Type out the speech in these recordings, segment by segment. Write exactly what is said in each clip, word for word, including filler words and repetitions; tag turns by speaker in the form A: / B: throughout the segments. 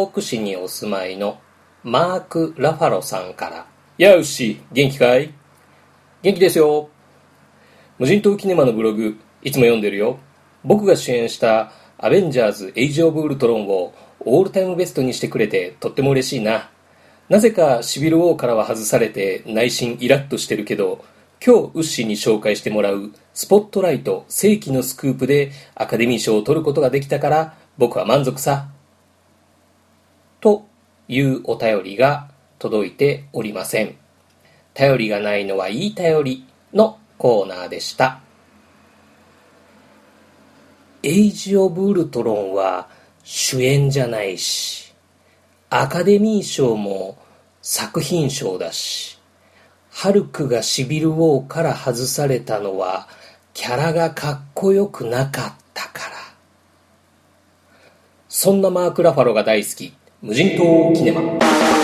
A: ヨーク市にお住まいのマーク・ラファロさんから。やうし、元気かい？元気ですよ。無人島キネマのブログいつも読んでるよ。僕が主演したアベンジャーズ・エイジ・オブ・ウルトロンをオールタイムベストにしてくれてとっても嬉しいな。なぜかシビル・ウォーからは外されて内心イラッとしてるけど、今日ウッシーに紹介してもらうスポットライト世紀のスクープでアカデミー賞を取ることができたから僕は満足さ。というお便りが届いておりません。頼りがないのはいい頼りのコーナーでした。エイジ・オブ・ウルトロンは主演じゃないし、アカデミー賞も作品賞だし、ハルクがシビル・ウォーから外されたのはキャラがかっこよくなかったから。そんなマーク・ラファロが大好き、無人島キネマ。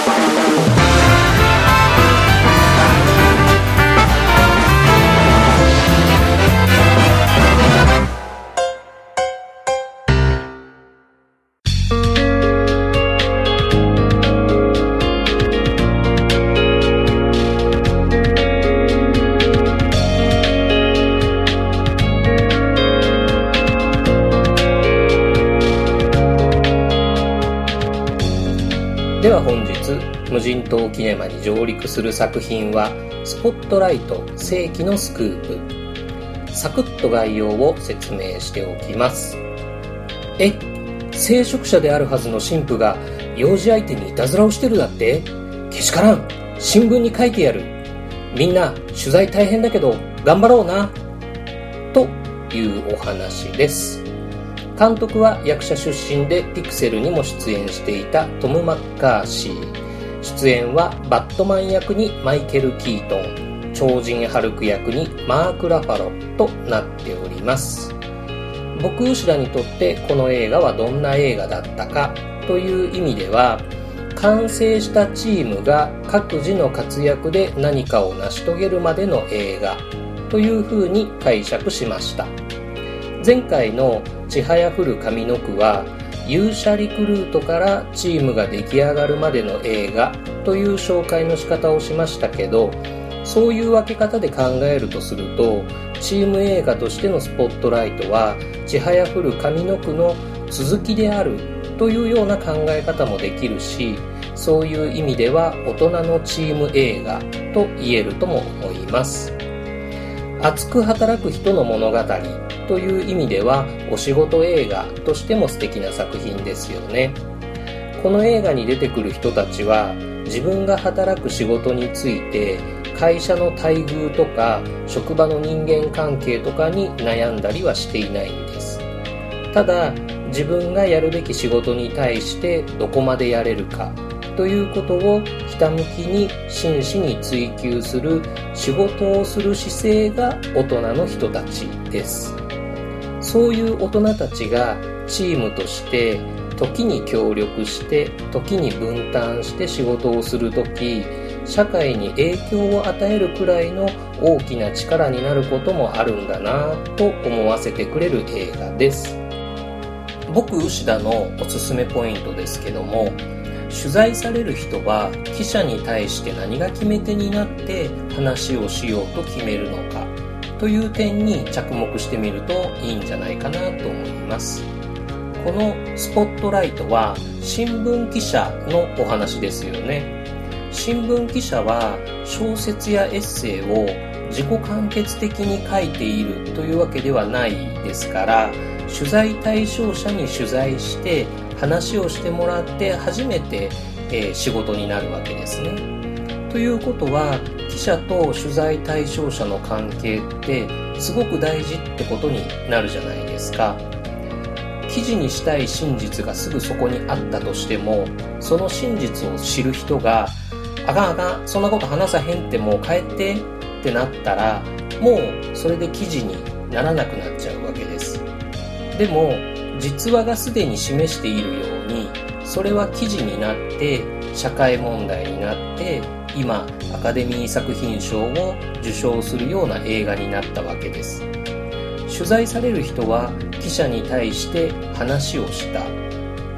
A: では本日無人島キネマに上陸する作品はスポットライト世紀のスクープ。サクッと概要を説明しておきます。え、聖職者であるはずの神父が幼児相手にいたずらをしてるだって？けしからん、新聞に書いてやる。みんな取材大変だけど頑張ろうな、というお話です。監督は役者出身でピクセルにも出演していたトム・マッカーシー。出演はバットマン役にマイケル・キートン、超人ハルク役にマーク・ラファロとなっております。僕牛田にとってこの映画はどんな映画だったかという意味では、完成したチームが各自の活躍で何かを成し遂げるまでの映画というふうに解釈しました。前回のちはやふる上の句は勇者リクルートからチームが出来上がるまでの映画という紹介の仕方をしましたけど、そういう分け方で考えるとすると、チーム映画としてのスポットライトはちはやふる上の句の続きであるというような考え方もできるし、そういう意味では大人のチーム映画と言えるとも思います。熱く働く人の物語という意味ではお仕事映画としても素敵な作品ですよね。この映画に出てくる人たちは自分が働く仕事について会社の待遇とか職場の人間関係とかに悩んだりはしていないんです。ただ自分がやるべき仕事に対してどこまでやれるかということをひたむきに真摯に追求する仕事をする姿勢が大人の人たちです。そういう大人たちがチームとして時に協力して時に分担して仕事をするとき、社会に影響を与えるくらいの大きな力になることもあるんだなと思わせてくれる映画です。僕牛田のおすすめポイントですけども、取材される人は記者に対して何が決め手になって話をしようと決めるのかという点に着目してみるといいんじゃないかなと思います。このスポットライトは新聞記者のお話ですよね。新聞記者は小説やエッセイを自己完結的に書いているというわけではないですから、取材対象者に取材して話をしてもらって初めて、えー、仕事になるわけですね。ということは記者と取材対象者の関係ってすごく大事ってことになるじゃないですか。記事にしたい真実がすぐそこにあったとしても、その真実を知る人があかんあかん、そんなこと話さへんって、もう帰ってってなったら、もうそれで記事にならなくなっちゃうわけです。でも実話がすでに示しているように、それは記事になって社会問題になって今アカデミー作品賞を受賞するような映画になったわけです。取材される人は記者に対して話をした。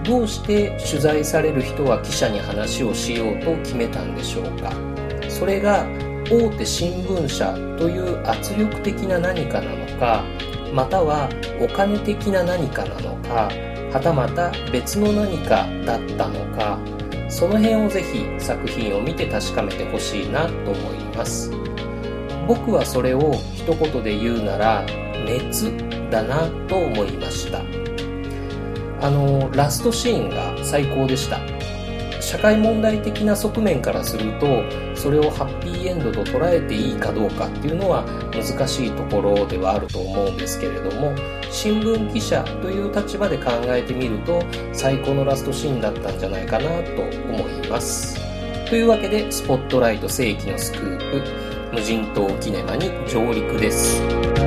A: どうして取材される人は記者に話をしようと決めたんでしょうか。それが大手新聞社という圧力的な何かなのか、またはお金的な何かなのか、はたまた別の何かだったのか、その辺をぜひ作品を見て確かめてほしいなと思います。僕はそれを一言で言うなら熱だなと思いました。あのラストシーンが最高でした。社会問題的な側面からすると、それをハッピーエンドと捉えていいかどうかっていうのは難しいところではあると思うんですけれども、新聞記者という立場で考えてみると最高のラストシーンだったんじゃないかなと思います。というわけで、スポットライト世紀のスクープ、無人島キネマに上陸です。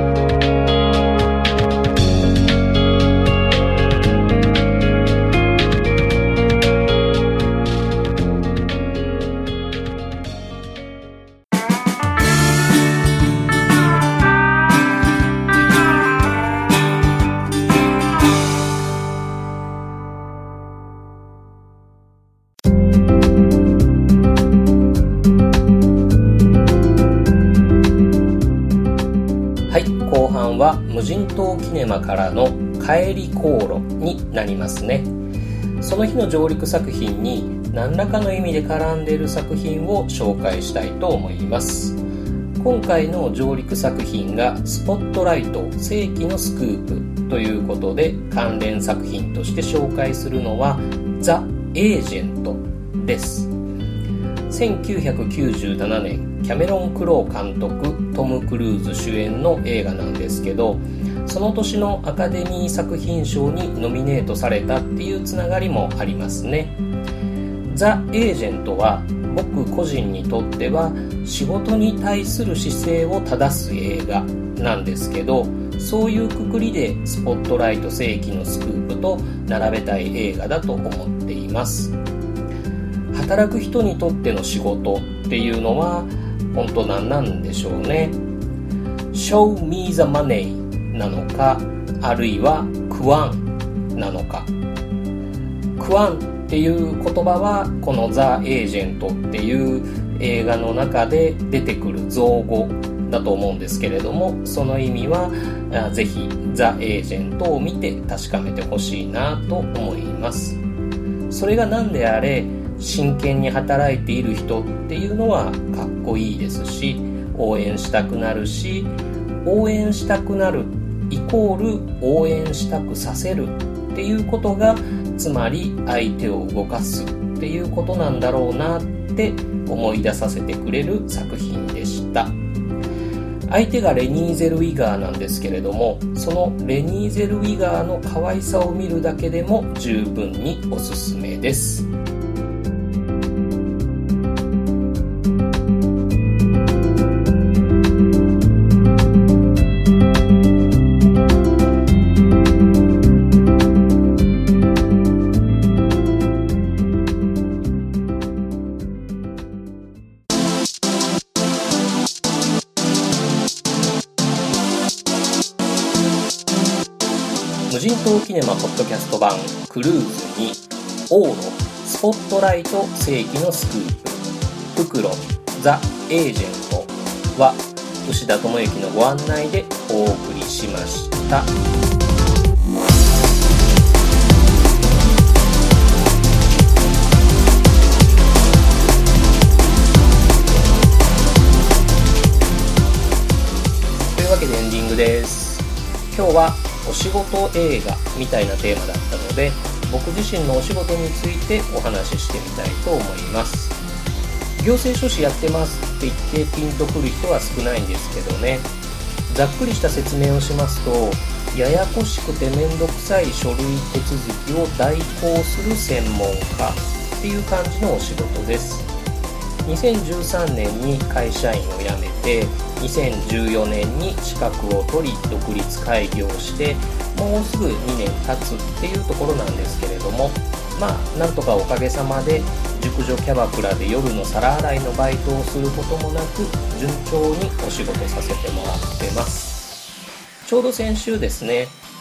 A: 後半は無人島キネマからの帰り航路になりますね。その日の上陸作品に何らかの意味で絡んでいる作品を紹介したいと思います。今回の上陸作品がスポットライト世紀のスクープということで、関連作品として紹介するのはザ・エージェントです。せんきゅうひゃくきゅうじゅうななねん、キャメロン・クロー監督、トム・クルーズ主演の映画なんですけど、その年のアカデミー作品賞にノミネートされたっていうつながりもありますね。ザ・エージェントは僕個人にとっては仕事に対する姿勢を正す映画なんですけど、そういうくくりでスポットライト世紀のスクープと並べたい映画だと思っています。働く人にとっての仕事っていうのは本当何なんでしょうね。 Show me the money なのか、あるいはクワンなのか。クワンっていう言葉はこのザ・エージェントっていう映画の中で出てくる造語だと思うんですけれども、その意味はぜひザ・エージェントを見て確かめてほしいなと思います。それが何であれ、真剣に働いている人っていうのはかっこいいですし、応援したくなるし、応援したくなるイコール応援したくさせるっていうことが、つまり相手を動かすっていうことなんだろうなって思い出させてくれる作品でした。相手がレニー・ゼルウィガーなんですけれども、そのレニー・ゼルウィガーの可愛さを見るだけでも十分におすすめです。無人島キネマポッドキャスト版クルーズに往路スポットライト世紀のスクープ袋ザ・エージェントは牛田智之のご案内でお送りしました。というわけでエンディングです。今日はお仕事映画みたいなテーマだったので、僕自身のお仕事についてお話ししてみたいと思います。行政書士やってますって言ってピンとくる人は少ないんですけどね。ざっくりした説明をしますと、ややこしくてめんどくさい書類手続きを代行する専門家っていう感じのお仕事です。にせんじゅうさんねんに会社員を辞めて、にせんじゅうよねんに資格を取り独立開業して、もうすぐにねん経つっていうところなんですけれども、まあなんとかおかげさまで熟女キャバクラで夜の皿洗いのバイトをすることもなく順調にお仕事させてもらってます。ちょうど先週ですね、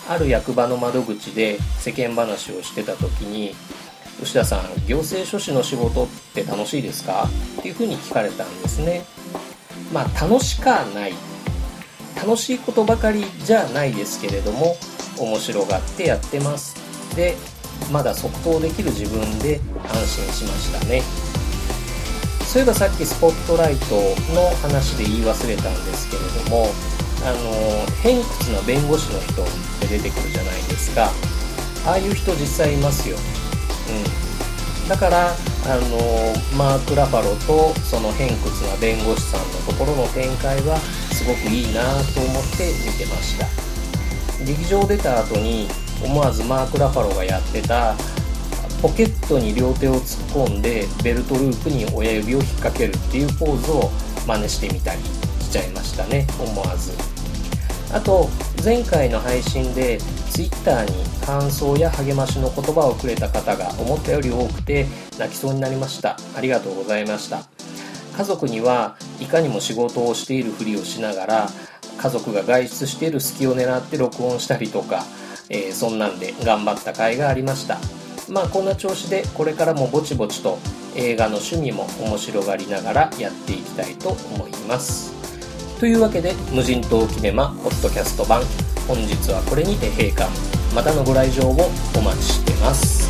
A: ある役場の窓口で世間話をしてた時に、牛田さん、行政書士の仕事って楽しいですかっていうふうに聞かれたんですね。まあ楽しかない、楽しいことばかりじゃないですけれども、面白がってやってます。で、まだ即答できる自分で安心しましたね。そういえばさっきスポットライトの話で言い忘れたんですけれども、あの偏屈な弁護士の人って出てくるじゃないですか。ああいう人実際いますよ。うん、だからあのマーク・ラファロとその偏屈な弁護士さんのところの展開はすごくいいなと思って見てました。劇場出た後に思わずマーク・ラファロがやってたポケットに両手を突っ込んでベルトループに親指を引っ掛けるっていうポーズを真似してみたりしちゃいましたね、思わず。あと前回の配信でツイッターに感想や励ましの言葉をくれた方が思ったより多くて泣きそうになりました。ありがとうございました。家族にはいかにも仕事をしているふりをしながら家族が外出している隙を狙って録音したりとか、えー、そんなんで頑張った甲斐がありました。まあこんな調子でこれからもぼちぼちと映画の趣味も面白がりながらやっていきたいと思います。というわけで無人島キネマポッドキャスト版、本日はこれにて閉館。またのご来場をお待ちしてます。